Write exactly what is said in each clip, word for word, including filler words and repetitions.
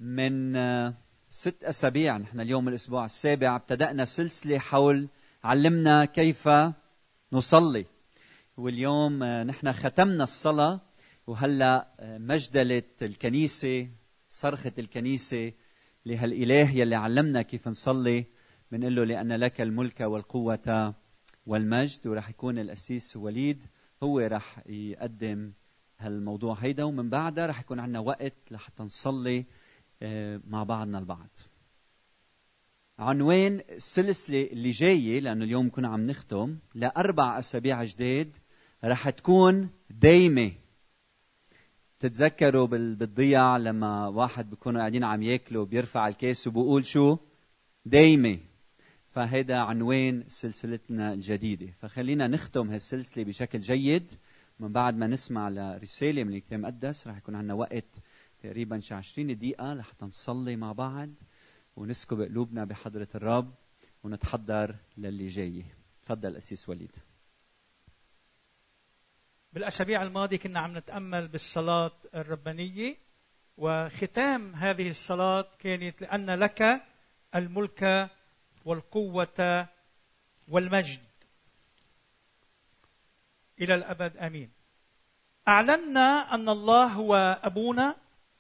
من ست أسابيع، نحن اليوم الأسبوع السابع، ابتدأنا سلسلة حول علمنا كيف نصلي. واليوم نحن ختمنا الصلاة، وهلأ مجدلة الكنيسة، صرخة الكنيسة لهالإله يلي علمنا كيف نصلي، بنقول له لأن لك الملك والقوة والمجد. ورح يكون القسيس وليد هو رح يقدم هالموضوع هيدا، ومن بعدها رح يكون عنا وقت لحتى نصلي مع بعضنا البعض. عنوان السلسلة اللي جاية، لأنه اليوم كنا عم نختم لأربع أسابيع جديد، رح تكون دايمة. تتذكروا بالضياع لما واحد بيكونوا قاعدين عم ياكلوا بيرفع الكاس وبقول شو؟ دايمة. فهذا عنوان سلسلتنا الجديدة. فخلينا نختم هالسلسلة بشكل جيد. من بعد ما نسمع لرسالة من الكتاب المقدس رح يكون عنا وقت تقريبا شي عشرين دقيقة لحتى نصلي مع بعض ونسكب قلوبنا بحضرة الرب ونتحضر للي جاي. تفضل أسيس وليد. بالأسابيع الماضية كنا عم نتأمل بالصلاة الربانية، وختام هذه الصلاة كانت لأن لك الملك والقوة والمجد إلى الأبد آمين. أعلنا أن الله هو أبونا،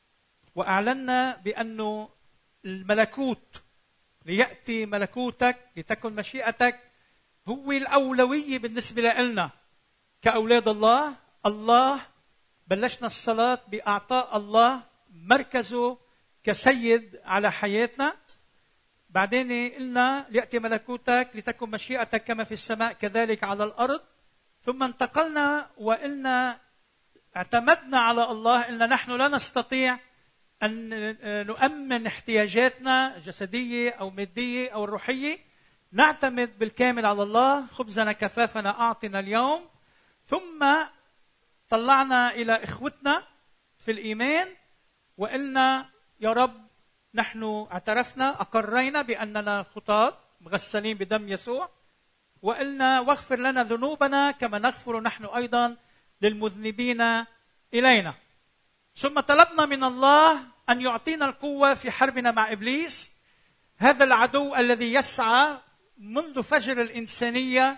وأعلنا بأنه الملكوت ليأتي ملكوتك لتكن مشيئتك هو الأولوية بالنسبة لنا كأولاد الله. الله بلشنا الصلاة بإعطاء الله مركزه كسيد على حياتنا. بعدين قلنا ليأتي ملكوتك لتكن مشيئتك كما في السماء كذلك على الأرض. ثم انتقلنا وقلنا اعتمدنا على الله، قلنا نحن لا نستطيع أن نؤمن احتياجاتنا الجسدية أو مادية أو الروحية، نعتمد بالكامل على الله. خبزنا كفافنا أعطنا اليوم. ثم طلعنا إلى إخوتنا في الإيمان وقلنا يا رب نحن اعترفنا أقرينا بأننا خطاة مغسلين بدم يسوع، وقلنا واغفر لنا ذنوبنا كما نغفر نحن أيضا للمذنبين إلينا. ثم طلبنا من الله أن يعطينا القوة في حربنا مع إبليس، هذا العدو الذي يسعى منذ فجر الإنسانية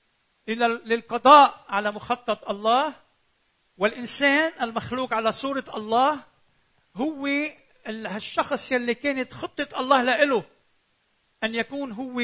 للقضاء على مخطط الله. والإنسان المخلوق على صورة الله هو الشخص يلي كانت خطة الله له أن يكون هو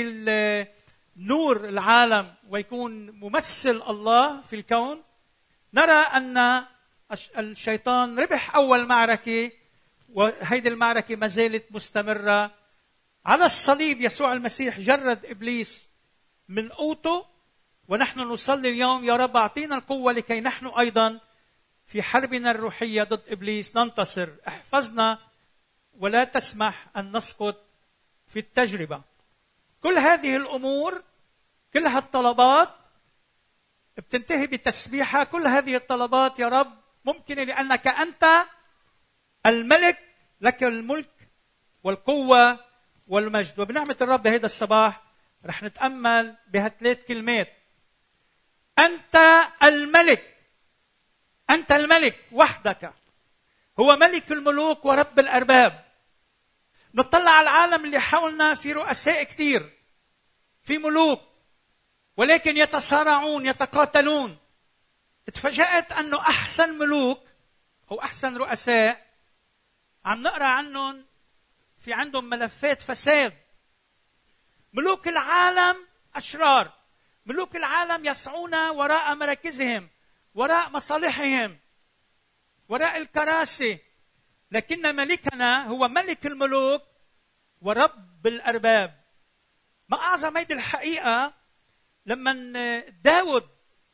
نور العالم ويكون ممثل الله في الكون. نرى أن الشيطان ربح أول معركة، وهذه المعركة ما زالت مستمرة. على الصليب يسوع المسيح جرد إبليس من قوته، ونحن نصلي اليوم يا رب أعطينا القوة لكي نحن أيضا في حربنا الروحية ضد إبليس ننتصر. احفظنا ولا تسمح أن نسقط في التجربة. كل هذه الأمور، كل هالطلبات بتنتهي بتسبيحة. كل هذه الطلبات يا رب ممكنة لأنك أنت الملك، لك الملك والقوة والمجد. وبنعمة الرب هذا الصباح رح نتأمل بهالثلاث كلمات: أنت الملك. أنت الملك وحدك، هو ملك الملوك ورب الأرباب. نطلع على العالم اللي حولنا، في رؤساء كتير، في ملوك، ولكن يتصارعون يتقاتلون. اتفاجأت أنه أحسن ملوك أو أحسن رؤساء عم نقرأ عنهم في عندهم ملفات فساد. ملوك العالم أشرار، ملوك العالم يسعون وراء مراكزهم، وراء مصالحهم، وراء الكراسي. لكن ملكنا هو ملك الملوك ورب الأرباب. ما أعظم هذه الحقيقة لما داود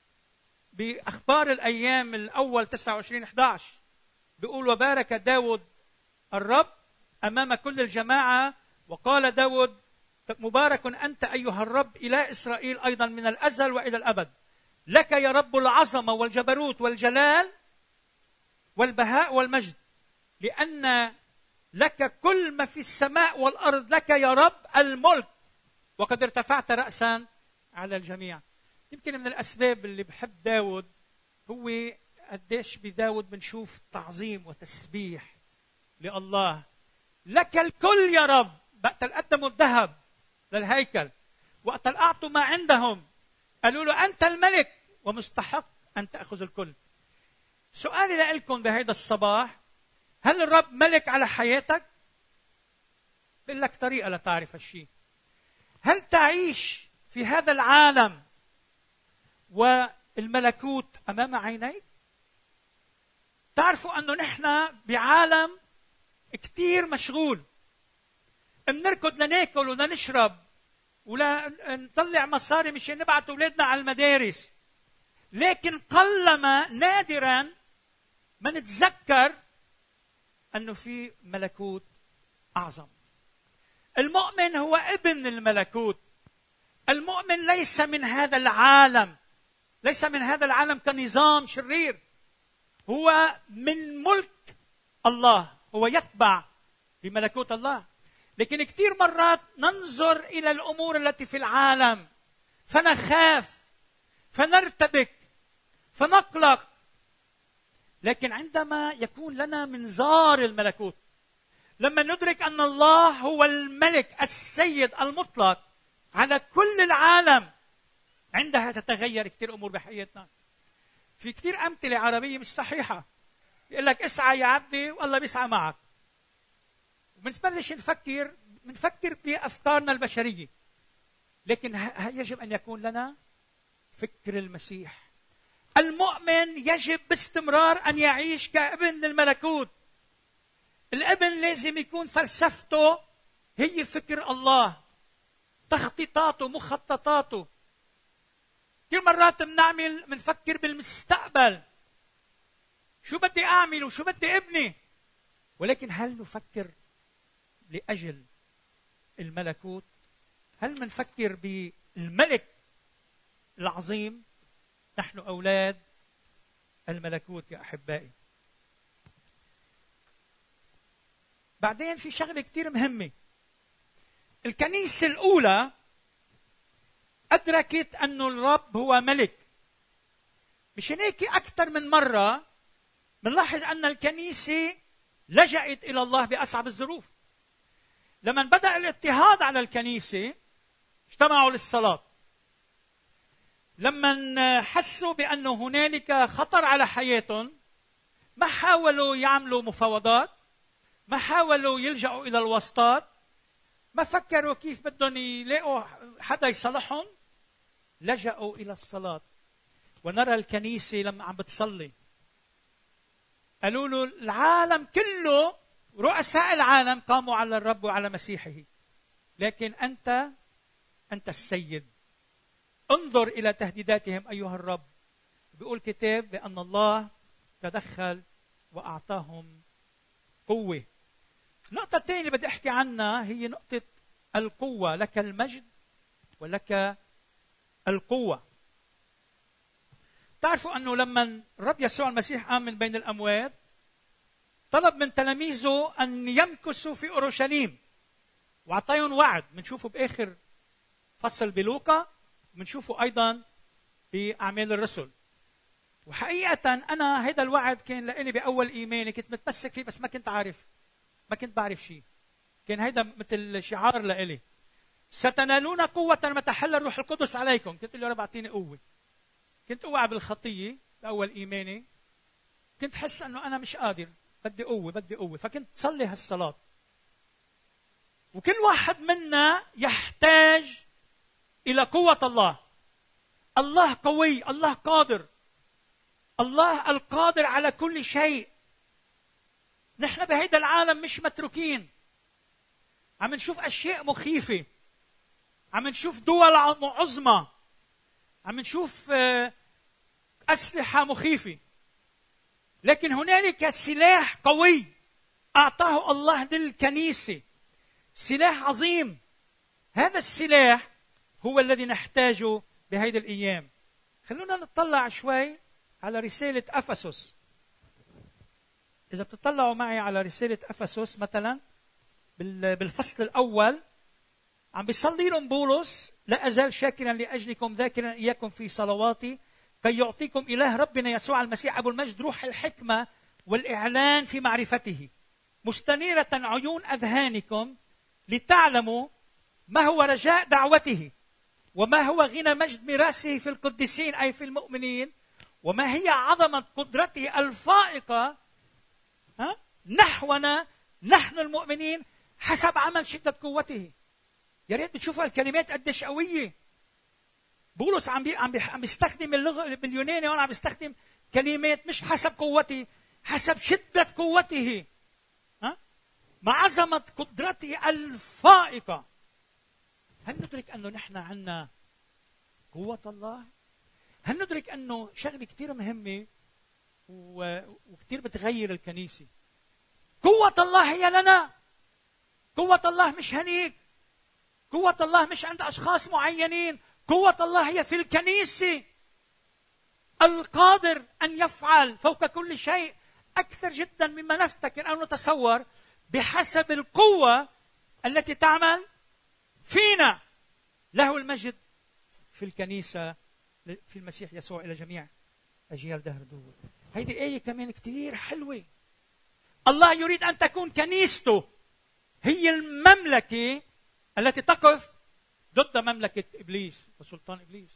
بأخبار الأيام الأول تسعة وعشرين أحد عشر بيقول وبارك داود الرب أمام كل الجماعة، وقال داود مبارك أنت أيها الرب إله إسرائيل أيضا من الأزل وإلى الأبد. لك يا رب العظمة والجبروت والجلال والبهاء والمجد، لأن لك كل ما في السماء والأرض، لك يا رب الملك وقد ارتفعت رأسا على الجميع. يمكن من الأسباب اللي بحب داود هو قديش بداود بنشوف تعظيم وتسبيح لله. لك الكل يا رب. وقت قدموا الذهب للهيكل، وقت أعطوا ما عندهم، قالوا له أنت الملك ومستحق أن تأخذ الكل. سؤالي لكم بهذا الصباح، هل الرب ملك على حياتك؟ بقول لك طريقة لتعرف هالشيء. هل تعيش في هذا العالم والملكوت أمام عينيك؟ تعرفوا أنه نحن بعالم كتير مشغول، بنركض لناكل ولنشرب ولنطلع مصاري مشان نبعث أولادنا على المدارس، لكن قلما نادرا ما نتذكر أنه في ملكوت أعظم. المؤمن هو ابن الملكوت. المؤمن ليس من هذا العالم، ليس من هذا العالم كنظام شرير، هو من ملك الله، هو يتبع بملكوت الله. لكن كثير مرات ننظر إلى الأمور التي في العالم فنخاف، فنرتبك، فنقلق. لكن عندما يكون لنا منظار الملكوت، لما ندرك أن الله هو الملك السيد المطلق على كل العالم، عندها تتغير كثير أمور بحياتنا. في كثير أمثلة عربية مش صحيحة، يقول لك اسعى يا عبدي والله بيسعى معك. وبنبلش نفكر بنفكر بأفكارنا البشرية، لكن يجب أن يكون لنا فكر المسيح. المؤمن يجب باستمرار أن يعيش كابن الملكوت. الابن لازم يكون فلسفته هي فكر الله، تخطيطاته، مخططاته. كثير مرات بنعمل بنفكر بالمستقبل، شو بدي أعمل وشو بدي ابني، ولكن هل نفكر لأجل الملكوت؟ هل منفكر بالملك العظيم؟ نحن أولاد الملكوت يا أحبائي. بعدين في شغلة كتير مهمة. الكنيسة الأولى أدركت أن الرب هو ملك. مش هيك أكثر من مرة بنلاحظ أن الكنيسة لجأت إلى الله بأصعب الظروف. لما بدأ الاضطهاد على الكنيسة اجتمعوا للصلاة. لما حسوا بأن هنالك خطر على حياتهم ما حاولوا يعملوا مفاوضات، ما حاولوا يلجأوا إلى الوسطات، ما فكروا كيف بدهم يلاقوا حدا يصلحهم، لجأوا إلى الصلاة. ونرى الكنيسة لما عم بتصلي قالوا له العالم كله، رؤساء العالم قاموا على الرب وعلى مسيحه، لكن أنت أنت السيد. انظر إلى تهديداتهم أيها الرب. بيقول كتاب بأن الله تدخل وأعطاهم قوة. النقطة الثانية اللي بدي أحكي عنها هي نقطة القوة. لك المجد ولك القوة. تعرفوا أنه لما الرب يسوع المسيح قام من بين الأموات طلب من تلاميذه أن يمكثوا في أورشليم، وأعطاهم وعد. بنشوفه بآخر فصل بلوقا، بنشوفه أيضا بأعمال الرسل. وحقيقة أنا هذا الوعد كان لإلي بأول إيماني، كنت متمسك فيه بس ما كنت عارف ما كنت بعرف شيء. كان هذا مثل شعار لإلي، ستنالون قوة متى حل الروح القدس عليكم. كنت له يا رب أعطيني قوة. كنت أوعى بالخطية بأول إيماني، كنت حس أنه أنا مش قادر، بدي قوة بدي قوة، فكنت صلي هالصلاة. وكل واحد منا يحتاج إلى قوة الله. الله قوي، الله قادر، الله القادر على كل شيء. نحن بهيدا العالم مش متروكين، عم نشوف أشياء مخيفة، عم نشوف دول عظمى، عم نشوف أسلحة مخيفة، لكن هنالك سلاح قوي أعطاه الله للكنيسة، سلاح عظيم. هذا السلاح هو الذي نحتاجه بهيدي الأيام. خلونا نطلع شوي على رسالة أفسس. إذا بتطلعوا معي على رسالة أفسس مثلا بالفصل الأول، عم بيصلي لهم بولس: لا أزال شاكرا لأجلكم ذاكرا إياكم في صلواتي كي يعطيكم إله ربنا يسوع المسيح أبو المجد روح الحكمة والإعلان في معرفته. مستنيرة عيون أذهانكم لتعلموا ما هو رجاء دعوته وما هو غنى مجد ميراثه في القديسين أي في المؤمنين وما هي عظمة قدرته الفائقة ها؟ نحونا نحن المؤمنين حسب عمل شدة قوته. يا ريت بتشوفوا الكلمات قديش قوية. بولس عم بي عم, بي عم بيستخدم اللغة باليوناني وأنا عم بيستخدم كلمات مش حسب قوته، حسب شدة قوته، ها؟ مع عظمة قدرته الفائقة. هل ندرك أنه نحن عنا قوة الله؟ هل ندرك أنه شغلة كتير مهمة وكتير بتغير الكنيسة؟ قوة الله هي لنا. قوة الله مش هنيك. قوة الله مش عند أشخاص معينين. قوة الله هي في الكنيسة، القادر أن يفعل فوق كل شيء أكثر جدا مما نفتكر أو نتصور بحسب القوة التي تعمل فينا. له المجد في الكنيسة في المسيح يسوع إلى جميع أجيال دهر دور. هيدي آية كمان كتير حلوة. الله يريد أن تكون كنيسته هي المملكة التي تقف ضد مملكة إبليس وسلطان إبليس.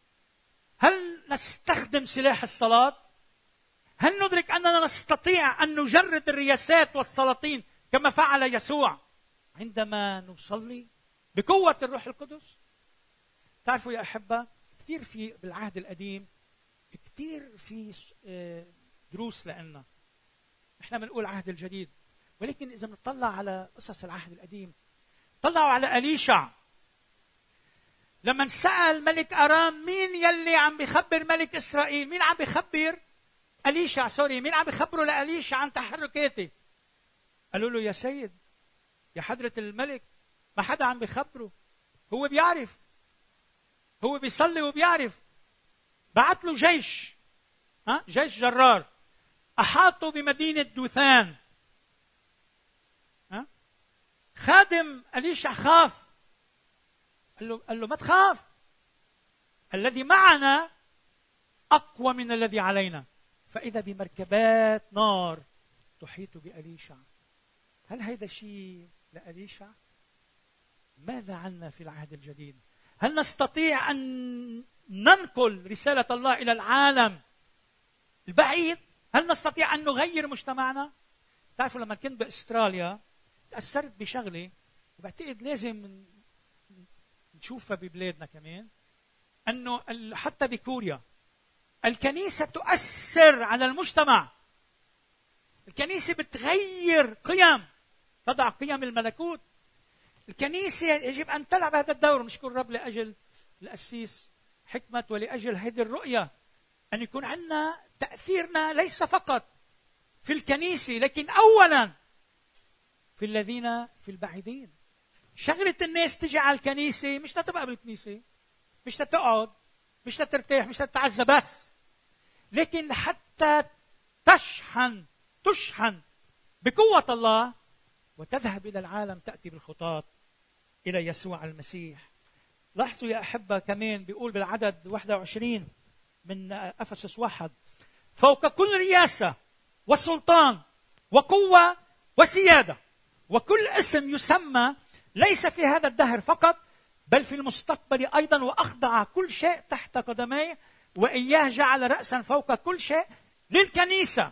هل نستخدم سلاح الصلاة؟ هل ندرك أننا نستطيع أن نجرد الرياسات والسلاطين كما فعل يسوع عندما نصلي بقوة الروح القدس؟ تعرفوا يا أحبة، كثير في بالعهد القديم كثير في دروس لنا. احنا بنقول العهد الجديد، ولكن إذا بنطلع على قصص العهد القديم، طلعوا على أليشع لما سأل ملك أرام مين يلي عم بيخبر ملك إسرائيل، مين عم بيخبر أليشع سوري مين عم بيخبره لأليشع عن تحركاته؟ قالوا له يا سيد يا حضرة الملك ما حدا عم بيخبره، هو بيعرف، هو بيصلي وبيعرف. بعت له جيش، ها جيش جرار، أحاطوا بمدينة دوثان. ها خادم أليشع خاف، قال له قال له ما تخاف، الذي معنا أقوى من الذي علينا. فإذا بمركبات نار تحيط بأليشع. هل هذا شيء لأليشع؟ ماذا عنا في العهد الجديد؟ هل نستطيع أن ننقل رسالة الله إلى العالم البعيد؟ هل نستطيع أن نغير مجتمعنا؟ تعرفوا لما كنت بأستراليا تأثرت بشغلة وبعتقد لازم نشوفها ببلادنا كمان، أنه حتى بكوريا الكنيسة تؤثر على المجتمع. الكنيسة بتغير قيم، تضع قيم الملكوت. الكنيسة يجب أن تلعب هذا الدور. نشكر الرب لأجل القسيس حكمة ولأجل هذه الرؤية، أن يكون عندنا تأثيرنا ليس فقط في الكنيسة لكن أولا في الذين في البعيدين. شغلة الناس تجي على الكنيسة مش تتبقى بالكنيسة، مش تتقعد، مش تترتاح، مش تتعزى بس، لكن حتى تشحن تشحن بقوة الله وتذهب إلى العالم، تأتي بالخطاة إلى يسوع المسيح. لاحظوا يا أحبة كمان بيقول بالعدد واحد وعشرين من أفسس واحد: فوق كل رياسة وسلطان وقوة وسيادة وكل اسم يسمى، ليس في هذا الدهر فقط بل في المستقبل أيضا، وأخضع كل شيء تحت قدميه، وإياه جعل رأسا فوق كل شيء للكنيسة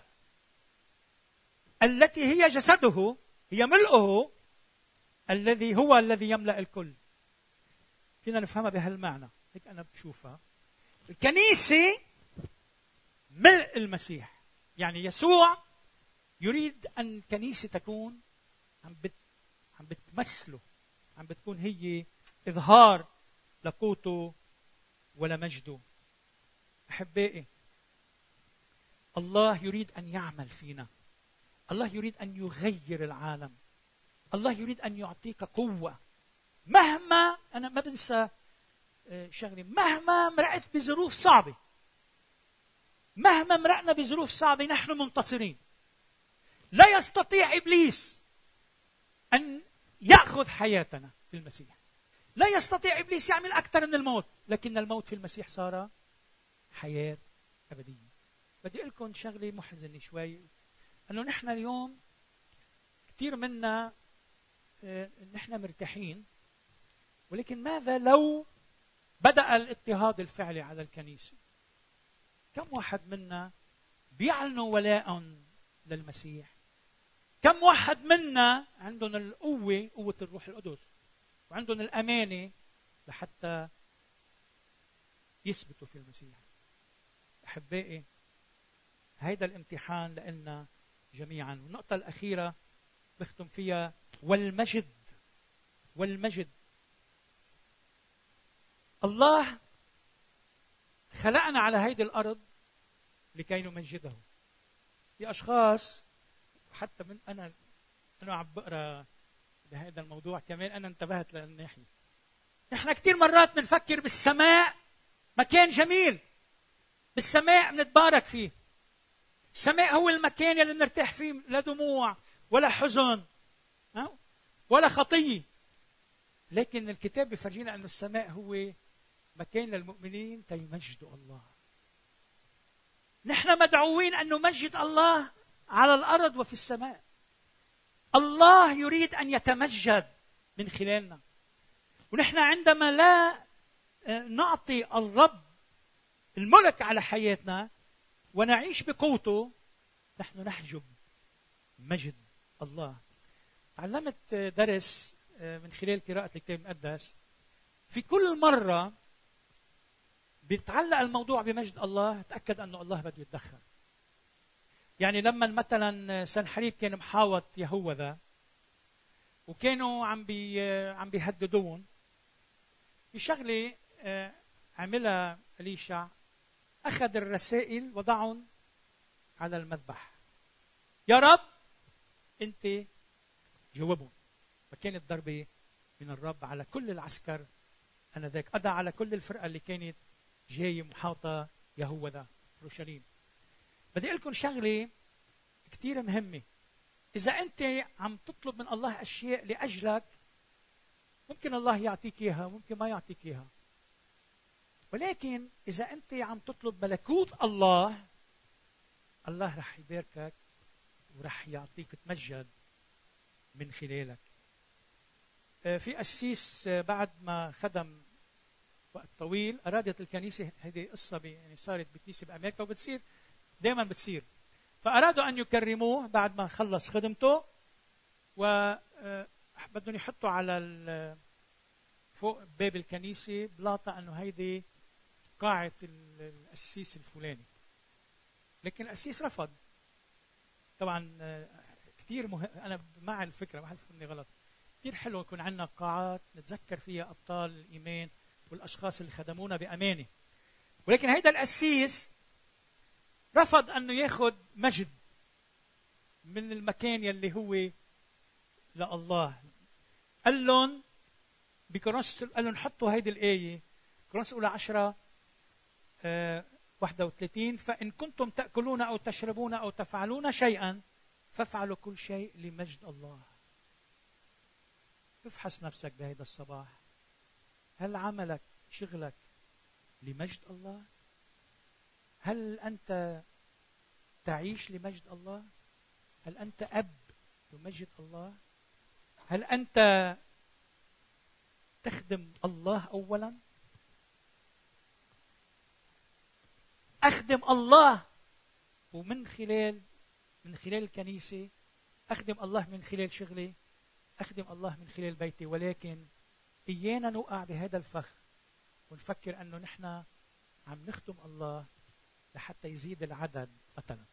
التي هي جسده، هي ملؤه، الذي هو الذي يملأ الكل. فينا نفهمها بهالمعنى، هيك أنا بشوفها. الكنيسة ملء المسيح، يعني يسوع يريد أن الكنيسة تكون عم بت عم بتمثله، عم بتكون هي إظهار لقوته ولمجده. أحبائي، الله يريد أن يعمل فينا، الله يريد أن يغير العالم، الله يريد أن يعطيك قوة. مهما أنا ما بنسى شغلة، مهما مرقت بظروف صعبة، مهما مرقنا بظروف صعبة نحن منتصرين. لا يستطيع إبليس أن يأخذ حياتنا في المسيح. لا يستطيع إبليس يعمل أكثر من الموت، لكن الموت في المسيح صار حياة أبدية. بدي أقول لكم شغلة محزنة شوي، أنه نحن اليوم كثير منا نحن مرتاحين، ولكن ماذا لو بدأ الاضطهاد الفعلي على الكنيسة؟ كم واحد منا بيعلنوا ولاء للمسيح؟ كم واحد منا عندهم القوة، قوة الروح القدس، وعندهم الأمانة لحتى يثبتوا في المسيح؟ أحبائي، هيدا الامتحان لنا جميعا. والنقطة الأخيرة بختم فيها: والمجد. والمجد. الله خلقنا على هيدي الأرض لكي نمجده. في أشخاص، حتى من أنا أنا عم بقرأ بهذا الموضوع كمان أنا انتبهت للناحية. نحن كثير مرات بنفكر بالسماء مكان جميل، بالسماء بنتبارك فيه. السماء هو المكان اللي بنرتاح فيه، لا دموع ولا حزن ولا خطية. لكن الكتاب بيفرجينا أن السماء هو مكان للمؤمنين تيمجدوا الله. نحن مدعوين أن نمجد الله على الأرض وفي السماء. الله يريد أن يتمجد من خلالنا، ونحن عندما لا نعطي الرب الملك على حياتنا ونعيش بقوته، نحن نحجب مجد الله. تعلمت درس من خلال قراءة الكتاب المقدس، في كل مرة بيتعلق الموضوع بمجد الله تأكد أنه الله بده يتدخل. يعني لما مثلا سنحريب كان محاوط يهوذا وكانوا عم بي عم بيهددون، في شغله عملها إليشع، أخذ الرسائل وضعهم على المذبح. يا رب أنت جاوبهم. فكانت ضربة من الرب على كل العسكر آنذاك، قضى على كل الفرقة اللي كانت جاية محاوطة يهوذا اورشليم. بدي أقول لكم شغلة كثير مهمة. إذا أنت عم تطلب من الله أشياء لأجلك، ممكن الله يعطيك إياها، ممكن ما يعطيك إياها. ولكن إذا أنت عم تطلب ملكوت الله، الله رح يباركك ورح يعطيك تمجد من خلالك. في قسيس بعد ما خدم وقت طويل، أرادت الكنيسة، هذه قصة يعني صارت بكنيسة بأمريكا وبتصير دائما بتصير، فأرادوا أن يكرموه بعد ما خلص خدمته، وبدهم يحطوا على فوق باب الكنيسة بلاطة أنه هيدي قاعة القسيس الفلاني. لكن القسيس رفض. طبعا كثير مهم، أنا مع الفكرة، ما حد يفهمني غلط، كثير حلو يكون عندنا قاعات نتذكر فيها أبطال الإيمان والأشخاص اللي خدمونا بأمانة. ولكن هيدا القسيس رفض أنه ياخذ مجد من المكان يلي هو لله. قال لهم بكورنثوس، قال لهم حطوا هيدي الآية، كورنثوس الأولى عشرة آه واحد وثلاثين: فإن كنتم تأكلون أو تشربون أو تفعلون شيئا فافعلوا كل شيء لمجد الله. افحص نفسك بهيدا الصباح، هل عملك شغلك لمجد الله؟ هل أنت تعيش لمجد الله؟ هل أنت أب تمجد الله؟ هل أنت تخدم الله أولا؟ أخدم الله، ومن خلال من خلال الكنيسة أخدم الله، من خلال شغلي أخدم الله، من خلال بيتي. ولكن إيانا نوقع بهذا الفخ ونفكر أنه نحن عم نخدم الله لحتى يزيد العدد. مثلا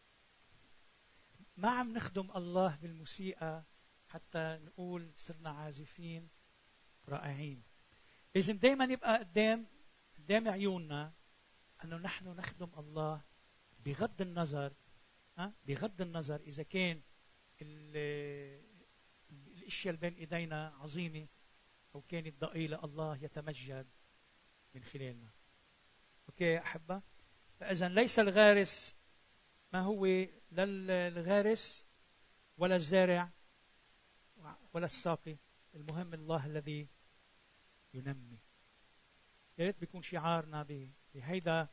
ما عم نخدم الله بالموسيقى حتى نقول صرنا عازفين رائعين. لازم دائما يبقى قدام قدام عيوننا أنه نحن نخدم الله بغض النظر ها بغض النظر إذا كان الاشياء اللي بين ايدينا عظيمه او كانت ضئيله، الله يتمجد من خلالنا. اوكي يا احبه؟ فاذا ليس الغارس ما هو لا الغارس ولا الزارع ولا الساقي، المهم الله الذي ينمي. يا ريت بيكون شعارنا بهيدا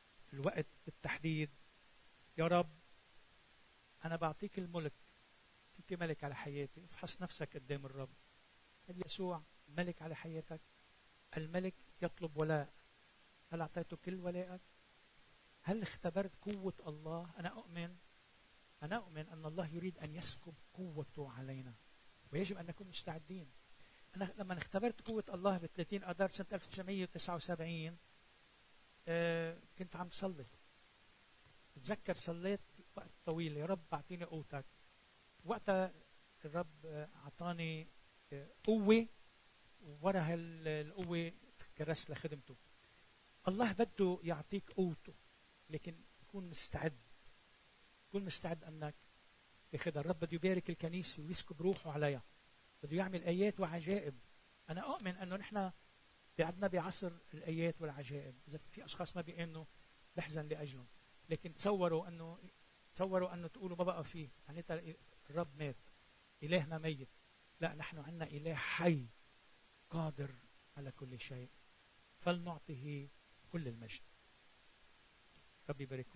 الوقت بالتحديد: يا رب أنا بعطيك الملك أنت ملك على حياتي. افحص نفسك قدام الرب. هل يسوع ملك على حياتك؟ الملك يطلب ولاء. هل أعطيته كل ولائك؟ هل اختبرت قوة الله؟ أنا أؤمن أنا أؤمن أن الله يريد أن يسكب قوته علينا، ويجب أن نكون مستعدين. أنا لما اختبرت قوة الله ب ثلاثين آذار سنة ألف وتسعمائة وتسعة وسبعين آه كنت عم صلي. بتذكر صليت وقت طويل، يا رب أعطيني قوتك. وقتها الرب أعطاني قوة، وورا هالقوة كرست لخدمته. الله بده يعطيك قوته، لكن كون مستعد، كون مستعد أنك تاخذها. الرب بده يبارك الكنيسة ويسكب روحه عليها، بده يعمل آيات وعجائب. أنا أؤمن أنه نحن بعدنا بعصر الآيات والعجائب. إذا في أشخاص ما بيؤمنوا بحزن لأجلهم، لكن تصوروا أنه تصوروا أنه تقولوا ما بقى فيه، يعني الرب مات، إلهنا ميت. لا، نحن عندنا إله حي قادر على كل شيء، فلنعطيه كل المجد. ربي يبارككم.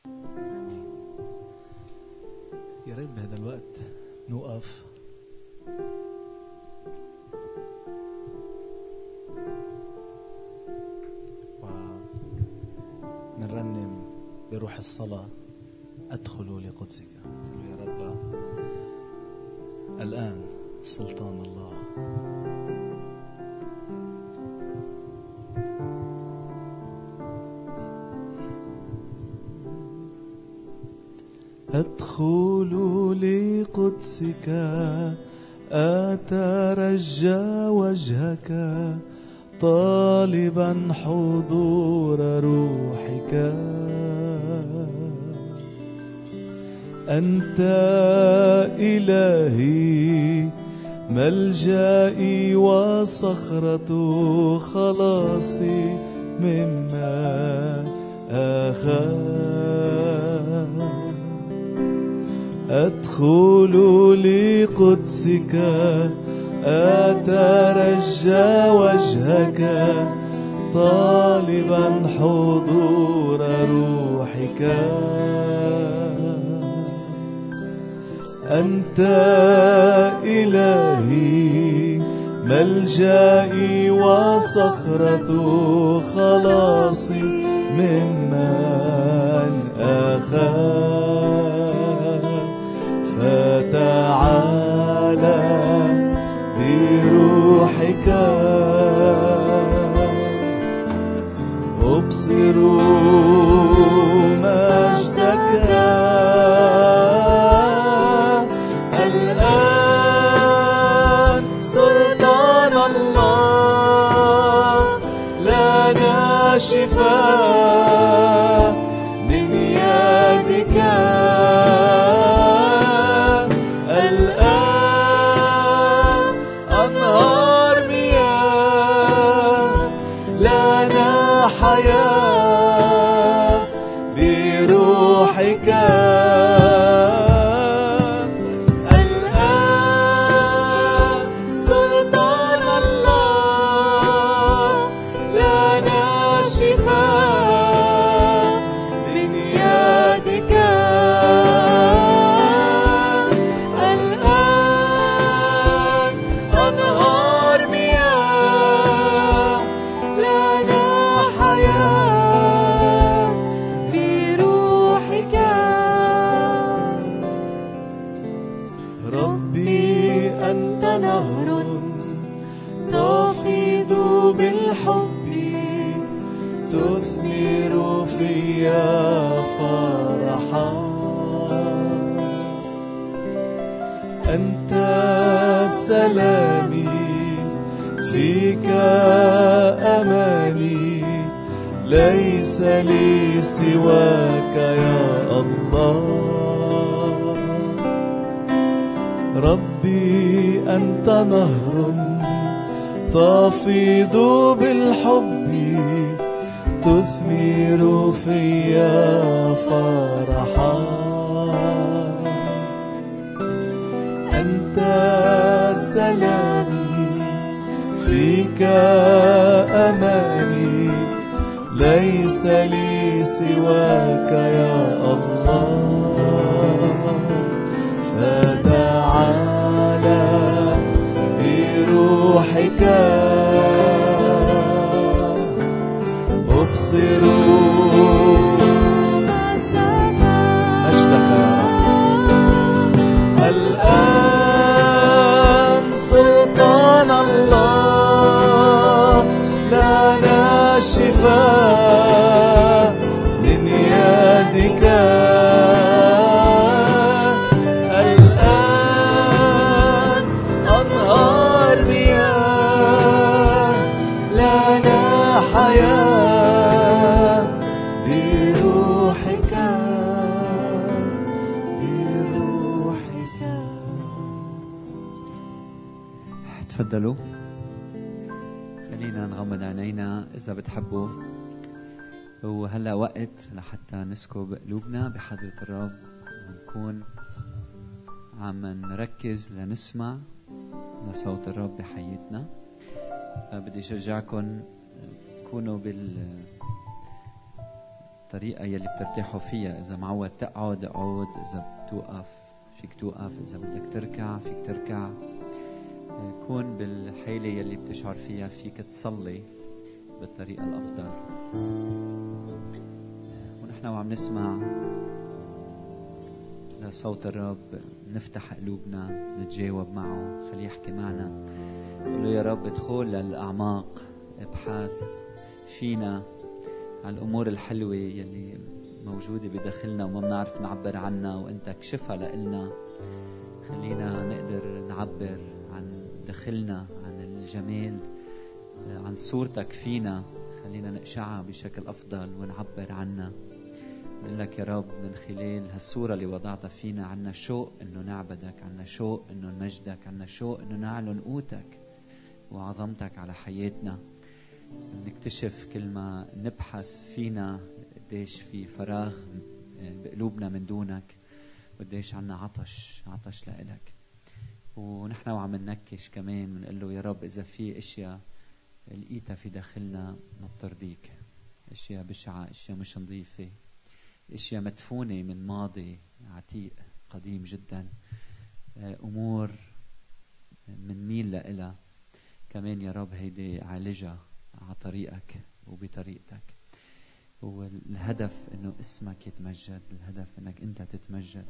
يا ريت بهذا الوقت نوقف ونرنم بروح الصلاة أدخل لقدسك. يا رب الآن سلطان الله. أدخل لقدسك أترجى وجهك طالبا حضور روحك. أنت إلهي ملجئي وصخرة خلاصي مما أخاف. أدخل لقدسك أترجى وجهك طالبا حضور روحك. أنت إلهي ملجئي وصخرة خلاصي ممن أخاف. فتعالى بروحك أبصروا مجدك. الآن سلطان الله لنا شفاء من يدك. الآن أنهار مياه لنا حياة بروحك. أنت سلامي فيك أماني ليس لي سواك يا الله. ربي أنت نهر تفيض بالحب تثمر فيا فرحا. أنت سلامي فيك أماني ليس لي سواك يا الله. فتعالى لنا الله لنا الشفاء من يدك الآن أنهار مياه لنا حياة بروحك بروحك. تفضلوا خلينا نغمض عينينا إذا بتحبوا. وهلا وقت لحتى نسكب قلوبنا بحضرة الرب ونكون عم نركز لنسمع لصوت الرب بحياتنا. بدي أشجعكم تكونوا بالطريقة يلي بترتاحوا فيها. إذا معود تقعد اقعد، إذا بتوقف فيك توقف، إذا بدك تركع فيك تركع. كون بالحيلة يلي بتشعر فيها فيك تصلي بالطريقة الأفضل. ونحن وعم نسمع لصوت الرب نفتح قلوبنا نتجاوب معه. خليه يحكي معنا. قل له يا رب ادخل للأعماق، ابحث فينا عن الأمور الحلوة يلي موجودة بداخلنا وما بنعرف نعبر عنها، وانت اكشفها لإلنا. خلينا نقدر نعبر عن داخلنا، عن الجمال، عن صورتك فينا. خلينا نقشعها بشكل أفضل ونعبر عنها. بقول لك يا رب من خلال هالصورة اللي وضعتها فينا عنا شوق إنه نعبدك، عنا شوق إنه نمجدك، عنا شوق إنه نعلن قوتك وعظمتك على حياتنا. نكتشف كل ما نبحث فينا قديش في فراغ بقلوبنا من دونك، وقديش عنا عطش عطش لإلك. ونحن وعم ننكش كمان بنقول له يا رب إذا في أشياء لقيتها في داخلنا ما بترضيك، أشياء بشعة، أشياء مش نظيفة، أشياء مدفونة من ماضي عتيق قديم جدا، أمور منميل لإلها كمان يا رب، هيدي عالجها على طريقك وبطريقتك. والهدف إنه اسمك يتمجد، الهدف إنك أنت تتمجد.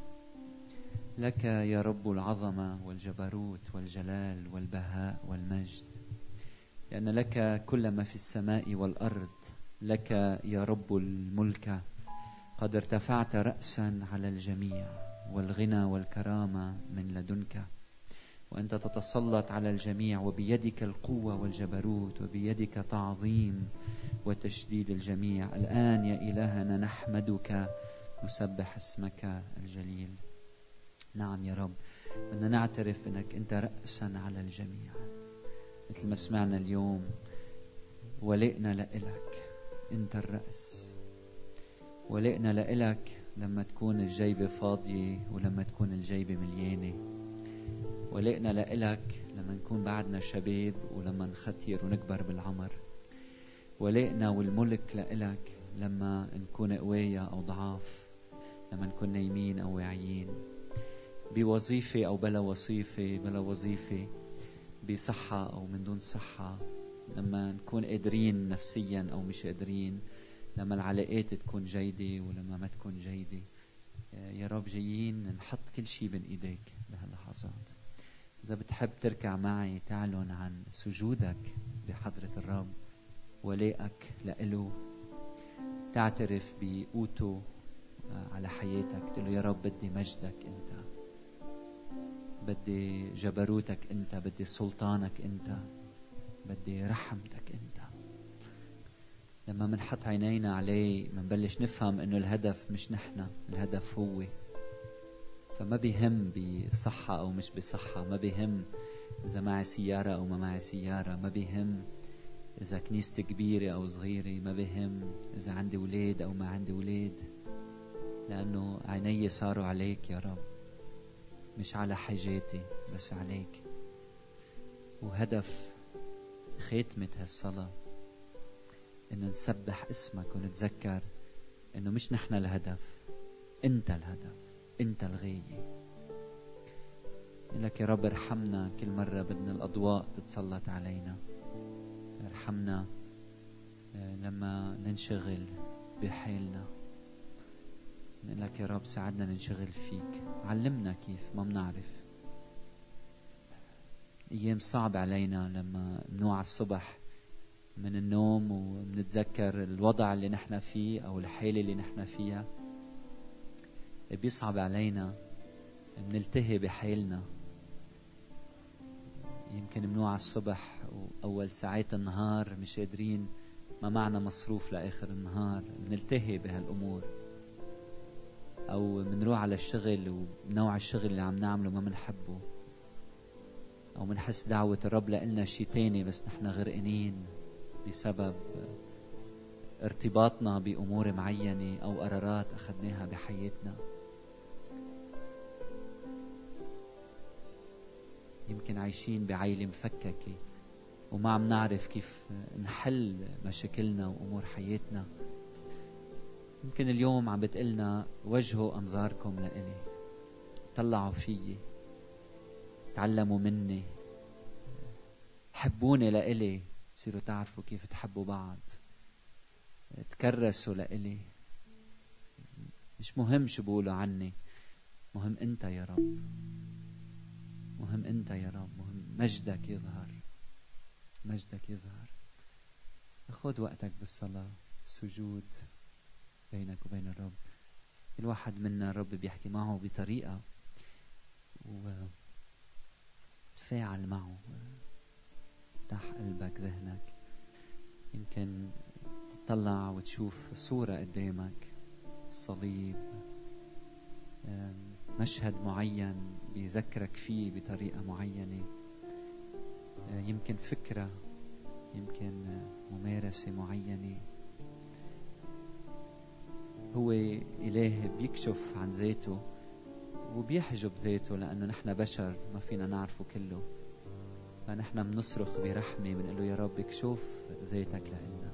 لك يا رب العظمة والجبروت والجلال والبهاء والمجد، لأن لك كل ما في السماء والأرض. لك يا رب الملك، قد ارتفعت رأسا على الجميع، والغنى والكرامة من لدنك، وأنت تتسلط على الجميع، وبيدك القوة والجبروت، وبيدك تعظيم وتشديد الجميع. الآن يا إلهنا نحمدك نسبح اسمك الجليل. نعم يا رب، بدنا نعترف أنك أنت رأسا على الجميع مثل ما سمعنا اليوم. ولئنا لإلك، أنت الرأس. ولئنا لإلك لما تكون الجيبة فاضية ولما تكون الجيبة مليانة. ولئنا لإلك لما نكون بعدنا شباب ولما نختير ونكبر بالعمر. ولئنا والملك لإلك لما نكون قوية أو ضعاف، لما نكون نايمين أو واعيين، بوظيفة أو بلا وظيفة، بلا وظيفة، بصحة أو من دون صحة، لما نكون قادرين نفسيا أو مش قادرين، لما العلاقات تكون جيدة ولما ما تكون جيدة. يا رب جايين نحط كل شيء بين إيديك بهاللحظات. إذا بتحب تركع معي تعلن عن سجودك بحضرة الرب، ولائك لإله، تعترف بقوته على حياتك. تقول له يا رب بدي مجدك أنت، بدي جبروتك أنت، بدي سلطانك أنت، بدي رحمتك أنت. لما منحط عينينا عليه منبلش نفهم أنه الهدف مش نحن، الهدف هو. فما بيهم بصحة أو مش بصحة، ما بيهم إذا معي سيارة أو ما معي سيارة، ما بيهم إذا كنيستي كبيرة أو صغيرة، ما بيهم إذا عندي ولاد أو ما عندي ولاد، لأنه عيني صاروا عليك يا رب، مش على حاجاتي بس عليك. وهدف ختمة هالصلاة إنه نسبح اسمك ونتذكر إنه مش نحن الهدف، أنت الهدف، أنت الغاية. لك يا رب ارحمنا كل مرة بدنا الأضواء تتسلط علينا، ارحمنا لما ننشغل بحالنا. لك يا رب ساعدنا ننشغل فيك، علمنا كيف ما بنعرف. أيام صعب علينا لما منوع الصبح من النوم ومنتذكر الوضع اللي نحن فيه أو الحالة اللي نحن فيها. بيصعب علينا منلتهي بحالنا. يمكن منوع الصبح وأول ساعات النهار مش قادرين، ما معنا مصروف لآخر النهار، منلتهي بهالأمور. أو منروح على الشغل ونوع الشغل اللي عم نعمله ما منحبه، أو منحس دعوة الرب لإلنا شي تاني بس نحن غرقانين بسبب ارتباطنا بأمور معينة أو قرارات أخذناها بحياتنا. يمكن عايشين بعائلة مفككة وما عم نعرف كيف نحل مشاكلنا وأمور حياتنا. يمكن اليوم عم بتقلنا وجهوا أنظاركم لإلي، طلعوا فيي، تعلموا مني، حبوني لإلي، تصيروا تعرفوا كيف تحبوا بعض، تكرسوا لإلي. مش مهم شو بقولوا عني، مهم أنت يا رب، مهم أنت يا رب، مهم مجدك يظهر، مجدك يظهر. خذ وقتك بالصلاة، السجود بينك وبين الرب. الواحد منا الرب بيحكي معه بطريقة وتفاعل معه، افتح قلبك ذهنك. يمكن تطلع وتشوف صورة قدامك، الصليب، مشهد معين بيذكرك فيه بطريقة معينة، يمكن فكرة، يمكن ممارسة معينة. هو إله بيكشف عن ذاته وبيحجب ذاته، لأنه نحن بشر ما فينا نعرفه كله، فنحن بنصرخ برحمة بنقول له يا رب اكشف ذاتك لنا.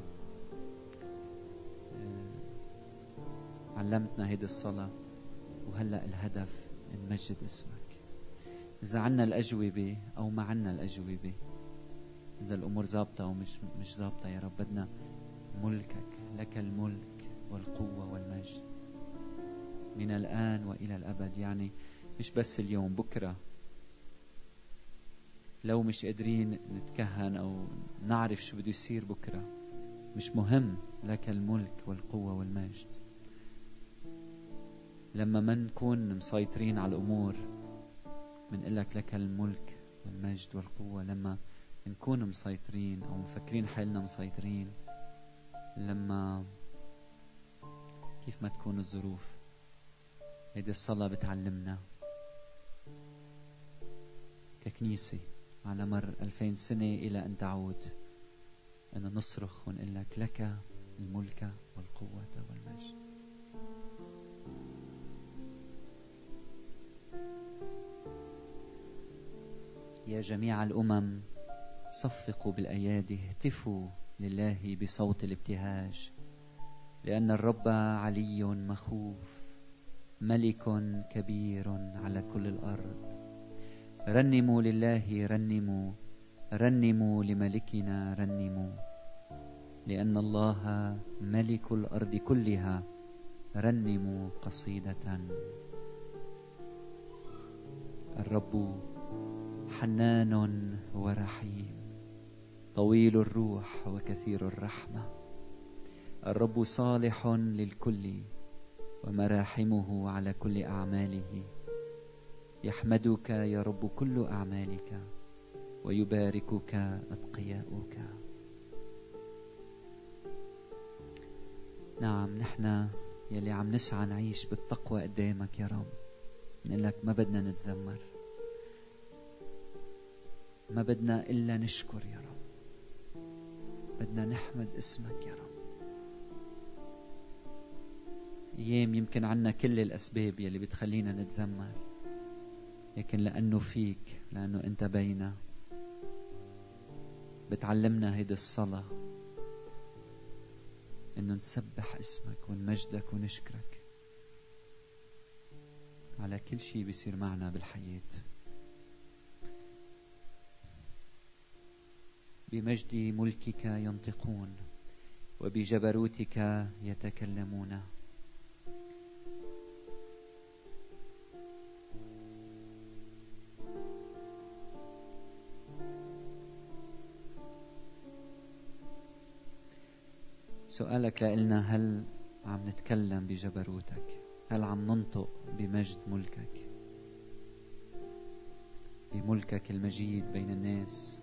علمتنا هيدي الصلاة وهلأ الهدف نمجد اسمك. إذا عنا الأجوبة أو ما عنا الأجوبة، إذا الأمور زابطة أو مش مش زابطة، يا رب بدنا ملكك، لك الملك والقوة والمجد من الآن وإلى الأبد. يعني مش بس اليوم، بكرة لو مش قادرين نتكهن أو نعرف شو بده يصير بكرة، مش مهم، لك الملك والقوة والمجد. لما ما نكون مسيطرين على الأمور منقلك لك الملك والمجد والقوة. لما نكون مسيطرين أو مفكرين حالنا مسيطرين، لما كيف ما تكون الظروف، هيدي الصلاة بتعلمنا ككنيسة على مر ألفين سنة إلى أن تعود أن نصرخ ونقلك لك الملك والقوة والمجد. يا جميع الأمم صفقوا بالأيادي، اهتفوا لله بصوت الابتهاج، لأن الرب علي مخوف، ملك كبير على كل الأرض. رنموا لله، رنموا رنموا لملكنا، رنموا لأن الله ملك الأرض كلها. رنموا قصيدة. الرب حنان ورحيم، طويل الروح وكثير الرحمة. الرب صالح للكل، ومراحمه على كل أعماله. يحمدك يا رب كل أعمالك، ويباركك أتقياؤك. نعم، نحن يلي عم نسعى نعيش بالتقوى قدامك يا رب، نقول لك ما بدنا نتذمر، ما بدنا إلا نشكر يا رب، بدنا نحمد اسمك يا رب. أيام يمكن عنا كل الأسباب يلي بتخلينا نتذمر، لكن لأنه فيك، لأنه أنت بينا، بتعلمنا هيدي الصلاة إنه نسبح اسمك ونمجدك ونشكرك على كل شيء بيصير معنا بالحياة. بمجد ملكك ينطقون، وبجبروتك يتكلمون. سؤالك لإلنا: هل عم نتكلم بجبروتك؟ هل عم ننطق بمجد ملكك، بملكك المجيد بين الناس؟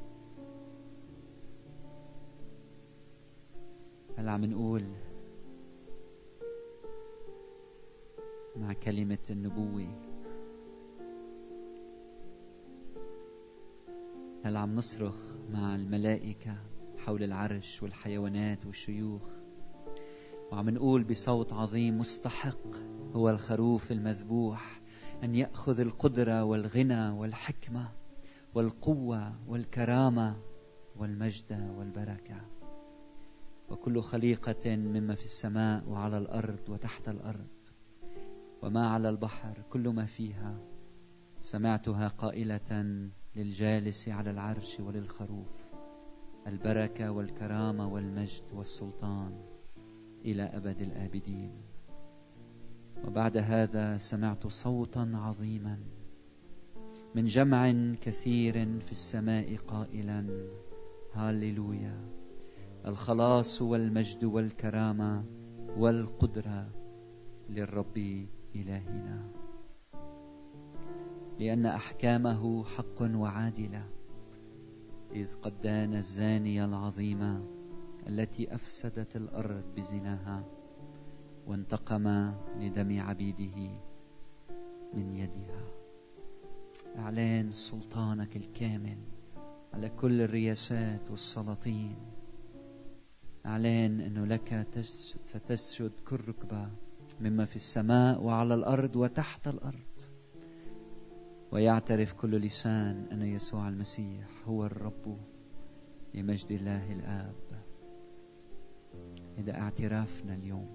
هل عم نقول مع كلمة النبوة؟ هل عم نصرخ مع الملائكة حول العرش والحيوانات والشيوخ وعم نقول بصوت عظيم: مستحق هو الخروف المذبوح أن يأخذ القدرة والغنى والحكمة والقوة والكرامة والمجد والبركة، وكل خليقة مما في السماء وعلى الأرض وتحت الأرض وما على البحر كل ما فيها، سمعتها قائلة للجالس على العرش وللخروف: البركة والكرامة والمجد والسلطان إلى أبد الآبدين. وبعد هذا سمعت صوتا عظيما من جمع كثير في السماء قائلا: هاليلويا، الخلاص والمجد والكرامة والقدرة للرب إلهنا، لأن أحكامه حق وعادلة، إذ قد دان الزانية العظيمة التي أفسدت الأرض بزناها وانتقم لدم عبيده من يدها. إعلان سلطانك الكامل على كل الرياسات والسلاطين، إعلان أنه لك ستسجد كل ركبة مما في السماء وعلى الأرض وتحت الأرض، ويعترف كل لسان أن يسوع المسيح هو الرب لمجد الله الآب. إذا اعترافنا اليوم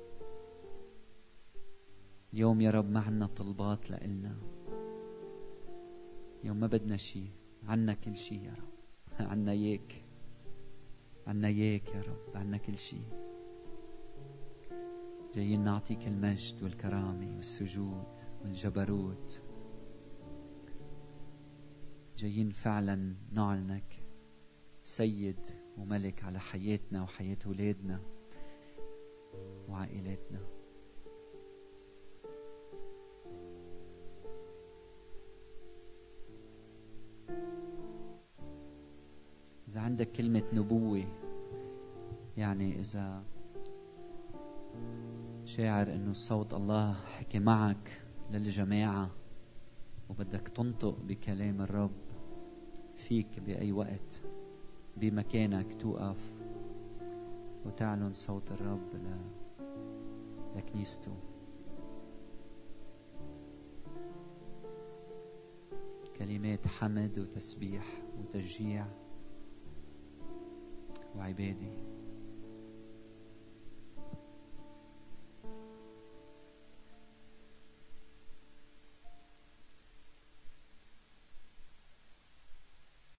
اليوم يا رب، ما عنا طلبات لإلنا اليوم، ما بدنا شيء، عنا كل شيء يا رب، عنا ياك، عنا ياك يا رب، عنا كل شيء. جايين نعطيك المجد والكرامة والسجود والجبروت، جايين فعلا نعلنك سيد وملك على حياتنا وحياة أولادنا وعائلاتنا. إذا عندك كلمة نبوة، يعني إذا شاعر إنه صوت الله حكي معك للجماعة وبدك تنطق بكلام الرب، فيك بأي وقت بمكانك توقف وتعلن صوت الرب لكنيسته. كلمات حمد وتسبيح وتشجيع وعبادة.